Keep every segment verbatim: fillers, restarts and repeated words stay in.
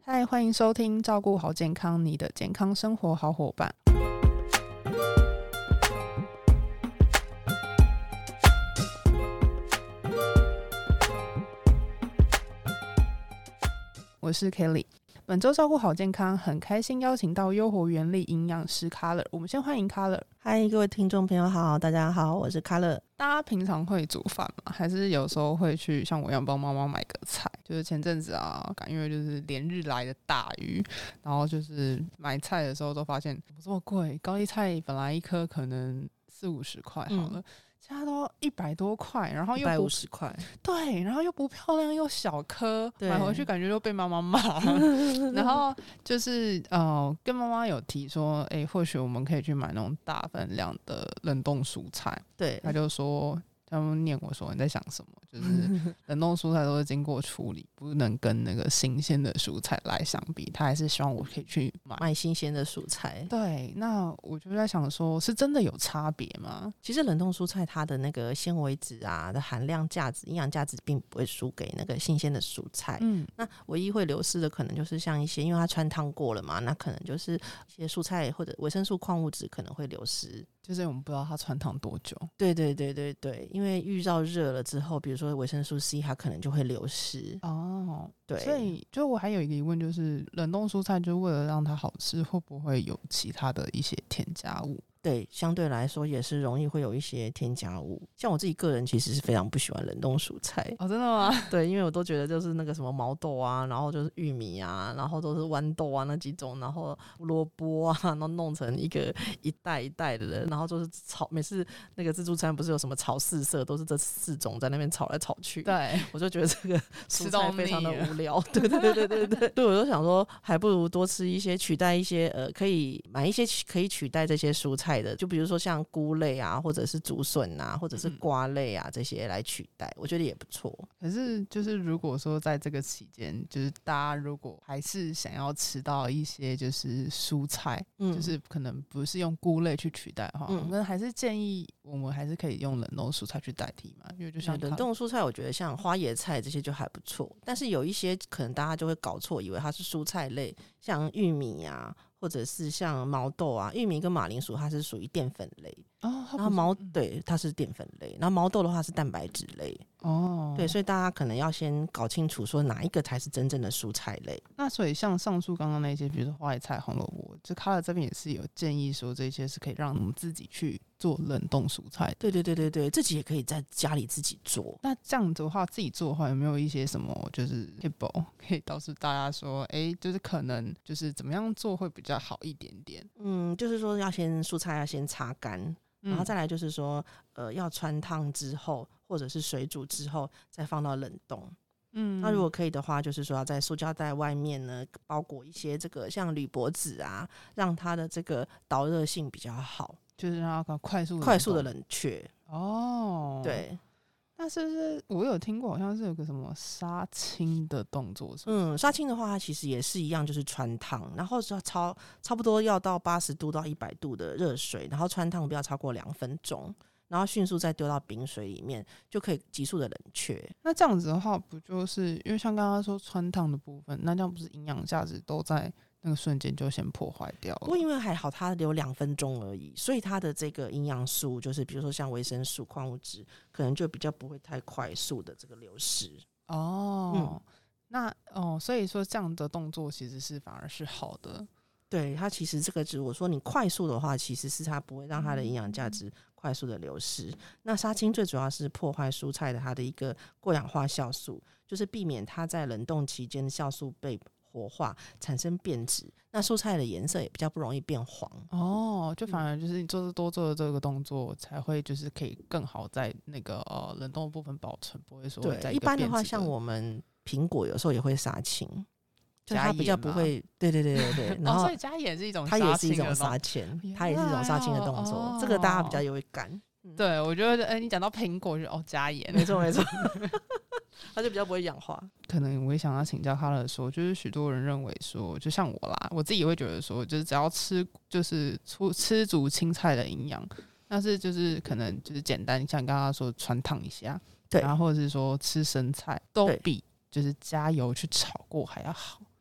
嗨，欢迎收听照顾好健康，你的健康生活好伙伴。我是 Kelly， 本周照顾好健康，很开心邀请到优活原力营养师 Color。我们先欢迎 Color。 嗨，各位听众朋友好，大家好，我是 Color。 大家平常会煮饭吗？还是有时候会去像我一样帮妈妈买个菜？就是前阵子啊，因为就是连日来的大雨，然后就是买菜的时候都发现怎么这么贵？高丽菜本来一颗可能四五十块好了。嗯，现在都一百多块，然后又不一百五十块， 对，然后又不漂亮又小颗，买回去感觉就被妈妈骂。然后就是呃，跟妈妈有提说，哎、欸，或许我们可以去买那种大分量的冷冻蔬菜。 对， 他就说，他们念我说你在想什么？就是冷冻蔬菜都是经过处理，不能跟那个新鲜的蔬菜来相比。他还是希望我可以去买买新鲜的蔬菜。 对，那我就在想说，是真的有差别吗？ 其实冷冻蔬菜它的那个纤维质啊的含量价值、营养价值并不会输给那个新鲜的蔬菜。嗯，那唯一会流失的可能就是像一些，因为它穿烫过了嘛，那可能就是一些蔬菜或者维生素、矿物质可能会流失。 就是我们不知道它穿烫多久。 对对对对对，因为遇到热了之后，比如说维生素 C 它可能就会流失。 哦， 对， 所以就我还有一个疑问，就是冷冻蔬菜就为了让它好吃，会不会有其他的一些添加物？ 对，相对来说也是容易会有一些添加物。像我自己个人其实是非常不喜欢冷冻蔬菜。 哦，真的吗？ 对，因为我都觉得就是那个什么毛豆啊，然后就是玉米啊，然后都是豌豆啊那几种，然后胡萝卜啊，然后弄成一个一袋一袋的人，然后就是炒，每次那个自助餐不是有什么炒四色，都是这四种在那边炒来炒去。 对， 我就觉得这个蔬菜非常的无聊。对对对对对对，对，我就想说，还不如多吃一些，取代一些呃，可以买一些可以取代这些蔬菜的，就比如说像菇类啊，或者是竹笋啊，或者是瓜类啊，这些来取代，我觉得也不错。 可是就是如果说在这个期间，就是大家如果还是想要吃到一些就是蔬菜，嗯，就是可能不是用菇类去取代的话，嗯，我们还是建议我们还是可以用冷冻蔬菜去代替嘛，因为就像冷冻蔬菜，我觉得像花椰菜这些就还不错，但是有一些可能大家就会搞错，以为它是蔬菜类，像玉米啊。或者是像毛豆啊，玉米跟马铃薯它是属于淀粉类哦，然后毛对它是淀粉类，然后毛豆的话是蛋白质类哦，对，所以大家可能要先搞清楚说哪一个才是真正的蔬菜类。 那所以像上述刚刚那些，比如说花椰菜、红萝卜，就Color这边也是有建议说这些是可以让我们自己去做冷冻蔬菜的。 对对对对对，自己也可以在家里自己做。 那这样子的话，自己做的话，有没有一些什么就是 tip 可以告诉大家说，哎，就是可能就是怎么样做会比较好一点点？ 嗯，就是说要先蔬菜要先擦干。然后再来就是说，呃，要穿烫之后，或者是水煮之后，再放到冷冻。嗯，那如果可以的话，就是说要在塑胶袋外面呢包裹一些这个像铝箔纸啊，让它的这个导热性比较好， 就是让它快速快速的冷却。 哦， 对。 那是不是我有听过，好像是有个什么杀青的动作？是不是？ 嗯，杀青的话，它其实也是一样，就是穿烫，然后超差不多要到八十度到一百度的热水，然后穿烫不要超过两分钟，然后迅速再丢到冰水里面，就可以急速的冷却。 那这样子的话，不就是因为像刚刚说穿烫的部分，那这样不是营养价值都在那个瞬间就先破坏掉了？ 不过因为还好它留两分钟而已，所以它的这个营养素就是比如说像维生素、矿物质，可能就比较不会太快速的这个流失。 哦，嗯、那哦，所以说这样的动作其实是反而是好的。 对，它其实这个只我说你快速的话，其实是它不会让它的营养价值快速的流失。那杀青最主要是破坏蔬菜的它的一个过氧化酵素，就是避免它在冷冻期间的酵素被活化产生变质，那蔬菜的颜色也比较不容易变黄。 哦，就反而就是你做多做的这个动作，才会就是可以更好在那个呃冷冻的部分保存，不会说对。 在一般的话，像我们苹果有时候也会杀青，就它比较不会，对对对对对。然后、 哦、所以加盐是一种， 它也是一种杀青，它也是一种杀青的动作、哦，这个大家比较有感。 嗯、对，我觉得，哎、欸，你讲到苹果就哦加盐， 没错没错。它就比较不会氧化。 可能我也想要请教Color说，就是许多人认为说，就像我啦，我自己也会觉得说，就是只要吃就是吃足青菜的营养，但是就是可能就是简单，像刚刚说穿烫一下， 对， 然后或者是说吃生菜，都比就是加油去炒过还要好。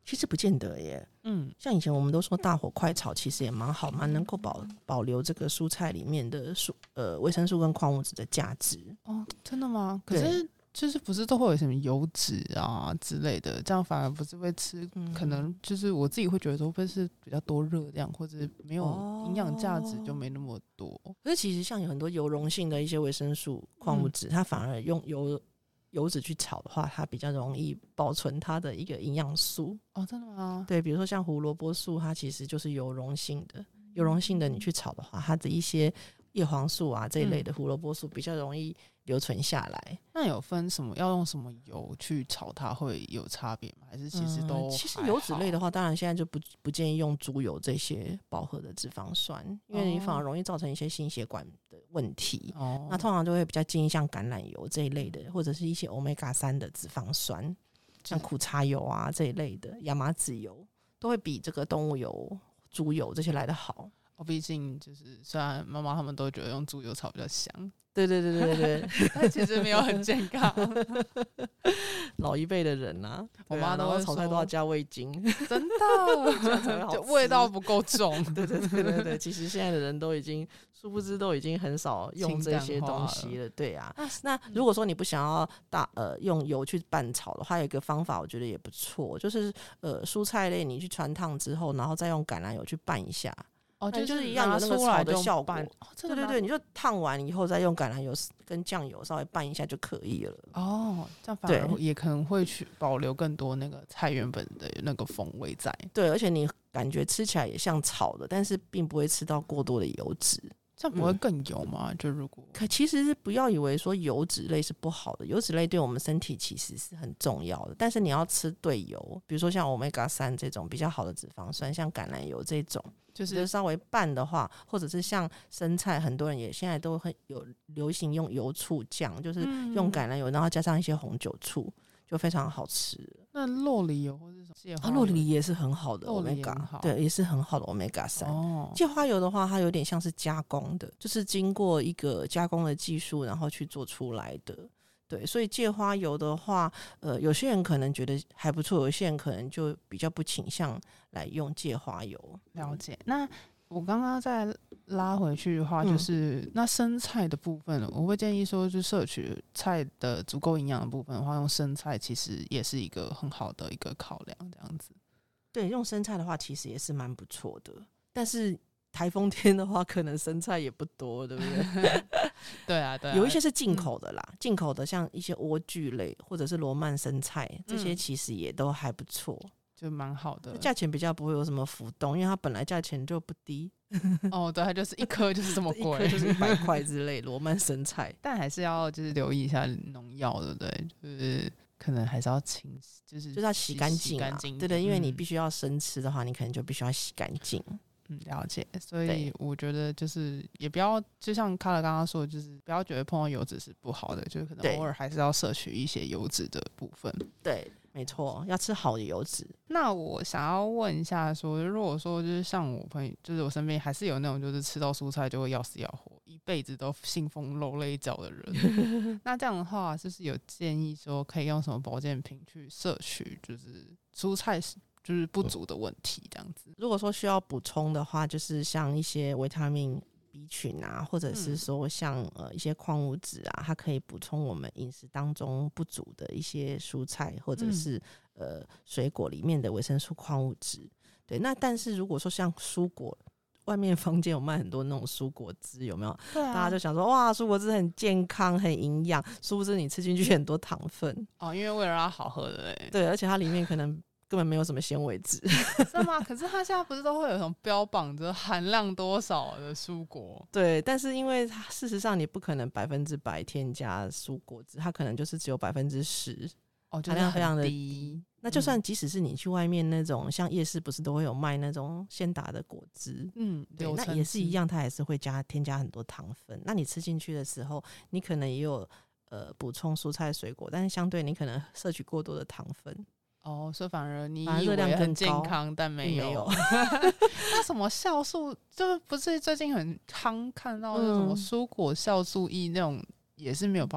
其实不见得耶，嗯，像以前我们都说大火快炒，其实也蛮好，蛮能够保保留这个蔬菜里面的素呃维生素跟矿物质的价值。 哦，真的吗？可是就是不是都会有什么油脂啊之类的，这样反而不是会吃，嗯、可能就是我自己会觉得说会是比较多热量，或者没有营养价值就没那么多。 可是其实像有很多油溶性的一些维生素、矿物质，嗯、它反而用油。油脂去炒的话，它比较容易保存它的一个营养素。 哦，真的吗？ 对，比如说像胡萝卜素，它其实就是油溶性的，油溶性的你去炒的话，它的一些叶黄素啊这一类的胡萝卜素比较容易留存下来。 那有分什么要用什么油去炒它会有差别吗？还是其实都、嗯、 其实油脂类的话，当然现在就不不建议用猪油这些饱和的脂肪酸，因为你反而容易造成一些心血管的问题。哦，那通常就会比较建议像橄榄油这一类的，或者是一些 欧米伽三 的脂肪酸，像苦茶油啊这一类的，亚麻籽油都会比这个动物油、猪油这些来得好。 哦，毕竟就是虽然妈妈他们都觉得用猪油炒比较香， 对对对对对， 但其实没有很健康。 老一辈的人啊，我妈都炒菜都要加味精， 真的，就味道不够重。 对对对对对，其实现在的人都已经，殊不知都已经很少用这些东西了。对啊，那如果说你不想要大呃用油去拌炒的话，有一个方法我觉得也不错，就是呃蔬菜类你去汆烫之后，然后再用橄榄油去拌一下。 哦， 就是一样有那个炒的效果。 哦、 对对对，你就烫完以后再用橄榄油跟酱油稍微拌一下就可以了。 哦，这样反而也可能会去保留更多那个菜原本的那个风味在。 对，而且你感觉吃起来也像炒的，但是并不会吃到过多的油脂。 这样不会更油吗？嗯、就如果可其实是不要以为说油脂类是不好的，油脂类对我们身体其实是很重要的。但是你要吃对油，比如说像 欧米伽三 这种比较好的脂肪酸，像橄榄油这种，就是稍微拌的话，或者是像生菜，很多人也现在都很有流行用油醋酱，就是用橄榄油，然后加上一些红酒醋。就非常好吃。 那酪梨油或者什么芥花油？ 酪梨也是很好的 omega， 对，也是很好的 omega 三。哦，芥花油的话，它有点像是加工的，就是经过一个加工的技术，然后去做出来的。对，所以芥花油的话，呃，有些人可能觉得还不错，有些人可能就比较不倾向来用芥花油。 了解。那我刚刚再拉回去的话，就是、嗯、那生菜的部分，我会建议说，就摄取菜的足够营养的部分的话，用生菜其实也是一个很好的一个考量，这样子。 对，用生菜的话，其实也是蛮不错的。但是台风天的话，可能生菜也不多，对不对？ 对啊，对啊， 有一些是进口的啦，进、嗯、口的像一些莴苣类或者是罗曼生菜，这些其实也都还不错。嗯， 就蛮好的， 价钱比较不会有什么浮动，因为它本来价钱就不低。 哦，对，它就是一颗就是这么贵， 一颗就是一百块之类。罗曼生菜， 但还是要就是留意一下农药，对不对？就是可能还是要清，就是就是要洗干净， 干净。 对对，因为你必须要生吃的话，你可能就必须要洗干净。 嗯，了解。所以我觉得就是也不要，就像卡勒刚刚说的，就是不要觉得碰到油脂是不好的，就是可能偶尔还是要摄取一些油脂的部分。 对。没错，要吃好的油脂。 那我想要问一下说，如果说就是像我朋友，就是我身边还是有那种就是吃到蔬菜就会要死要活，一辈子都信奉肉类饺的人，那这样的话，是不是有建议说可以用什么保健品去摄取，就是蔬菜就是不足的问题这样子？ 如果说需要补充的话，就是像一些维他命B 群啊，或者是说像、呃、一些矿物质啊，它可以补充我们饮食当中不足的一些蔬菜或者是、嗯、呃水果里面的维生素矿物质。对，那但是如果说像蔬果，外面坊间有卖很多那种蔬果汁，有没有？对啊，大家就想说哇，蔬果汁很健康很营养，殊不知你吃进去很多糖分哦，因为为了让它好喝的嘞。 对，而且它里面可能根本没有什么纤维质。 是吗？可是它现在不是都会有什么标榜着含量多少的蔬果？ 对，但是因为它事实上你不可能百分之百添加蔬果汁，它可能就是只有百分之十，哦，含量非常的低。那就算即使是你去外面那种、嗯、像夜市不是都会有卖那种鲜打的果汁，嗯，对，那也是一样，它还是会加添加很多糖分。那你吃进去的时候，你可能也有呃补充蔬菜水果，但是相对你可能摄取过多的糖分。 哦，所以反而你以为很健康，但没有。没有那什么酵素，就是不是最近很夯看到那什么蔬果酵素 E 那种，也是没有办法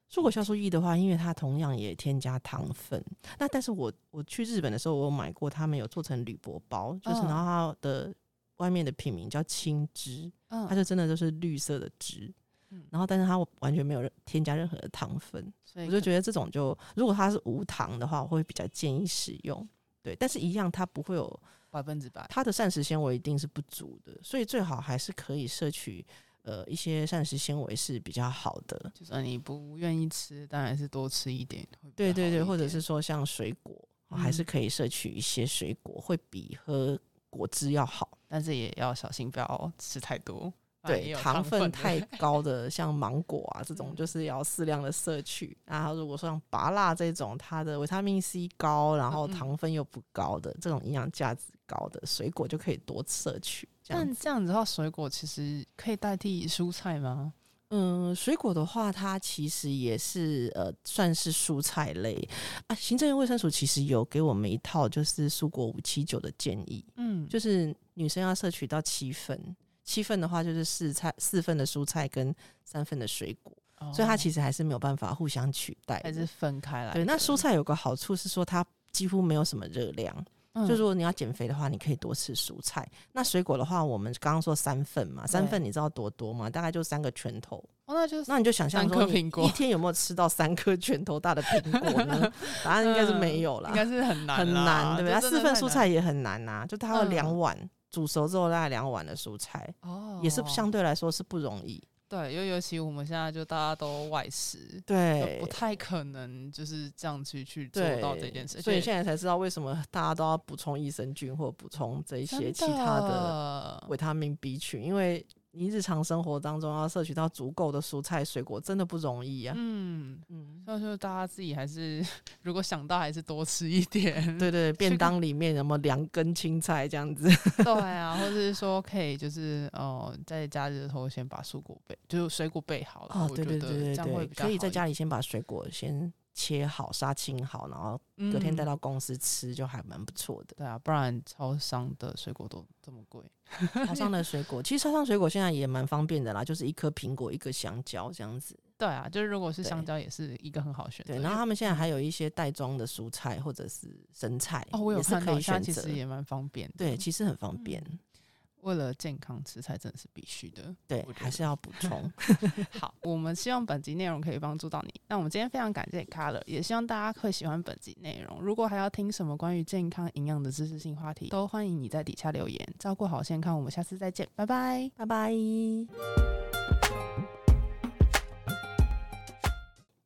蔬果酵素液的话，因为它同样也添加糖分，那但是我我去日本的时候，我有买过，他们有做成铝箔包，就是然后它的外面的品名叫青汁，它就真的就是绿色的汁。然后但是它完全没有添加任何的糖分，所以我就觉得这种就如果它是无糖的话，我会比较建议使用。对，但是一样它不会有百分之百， 它的膳食纤维一定是不足的，所以最好还是可以摄取呃一些膳食纤维是比较好的。 就算你不愿意吃，当然是多吃一点会比较好一点。 对对对，或者是说像水果、嗯、还是可以摄取一些水果，会比喝果汁要好， 但是也要小心不要吃太多。 对，糖分太高的像芒果啊这种就是要适量的摄取，然后如果说像芭乐这种它的维他命 C 高，然后糖分又不高的、嗯、这种营养价值高的水果就可以多摄取。这样但这样子的话，水果其实可以代替蔬菜吗？ 嗯，水果的话它其实也是呃算是蔬菜类啊。行政院卫生署其实有给我们一套就是蔬果五七九的建议，嗯，就是女生要摄取到七份，七份的话就是四菜四份的蔬菜跟三份的水果、哦、所以它其实还是没有办法互相取代， 还是分开来的。 对，那蔬菜有个好处是说它几乎没有什么热量、嗯、就如果你要减肥的话你可以多吃蔬菜。那水果的话我们刚刚说三份嘛，三份你知道多多吗？大概就三个拳头、 哦、那, 就是那你就想象说你一天有没有吃到三颗拳头大的苹果呢？答案应该是没有啦、 嗯、应该是很难很难，对不对？四份蔬菜也很难啊，就它有两碗、嗯煮熟之后大概两碗的蔬菜、哦、也是相对来说是不容易。 对，尤尤其我们现在就大家都外食， 对， 不太可能就是这样去去做到这件事， 所以现在才知道为什么大家都要补充益生菌或补充这一些其他的维他命 B 群，因为你日常生活当中要摄取到足够的蔬菜水果真的不容易啊。 嗯嗯，所以说大家自己还是如果想到还是多吃一点。 对对，便当里面有没有两根青菜这样子？ 对啊，或者是说可以就是呃在假日的时候先把蔬果备，就是水果备好了。哦， 对对对对对， 这样会比较好， 可以在家里先把水果先切好杀青好，然后隔天带到公司吃就还蛮不错的、嗯、 对啊，不然超商的水果都这么贵。 超商的水果其实超商水果现在也蛮方便的啦，就是一颗苹果一个香蕉这样子。 对啊，就是如果是香蕉也是一个很好选择。 对，然后他们现在还有一些袋装的蔬菜或者是生菜、 哦、我有看到， 也是可以选择， 其实也蛮方便的。 对，其实很方便、嗯， 为了健康吃菜真的是必须的， 对，还是要补充。 好，我们希望本集内容可以帮助到你。那我们今天非常感谢 Color， 也希望大家会喜欢本集内容。如果还要听什么关于健康营养的知识性话题，都欢迎你在底下留言。照顾好健康，我们下次再见，拜拜， 拜拜。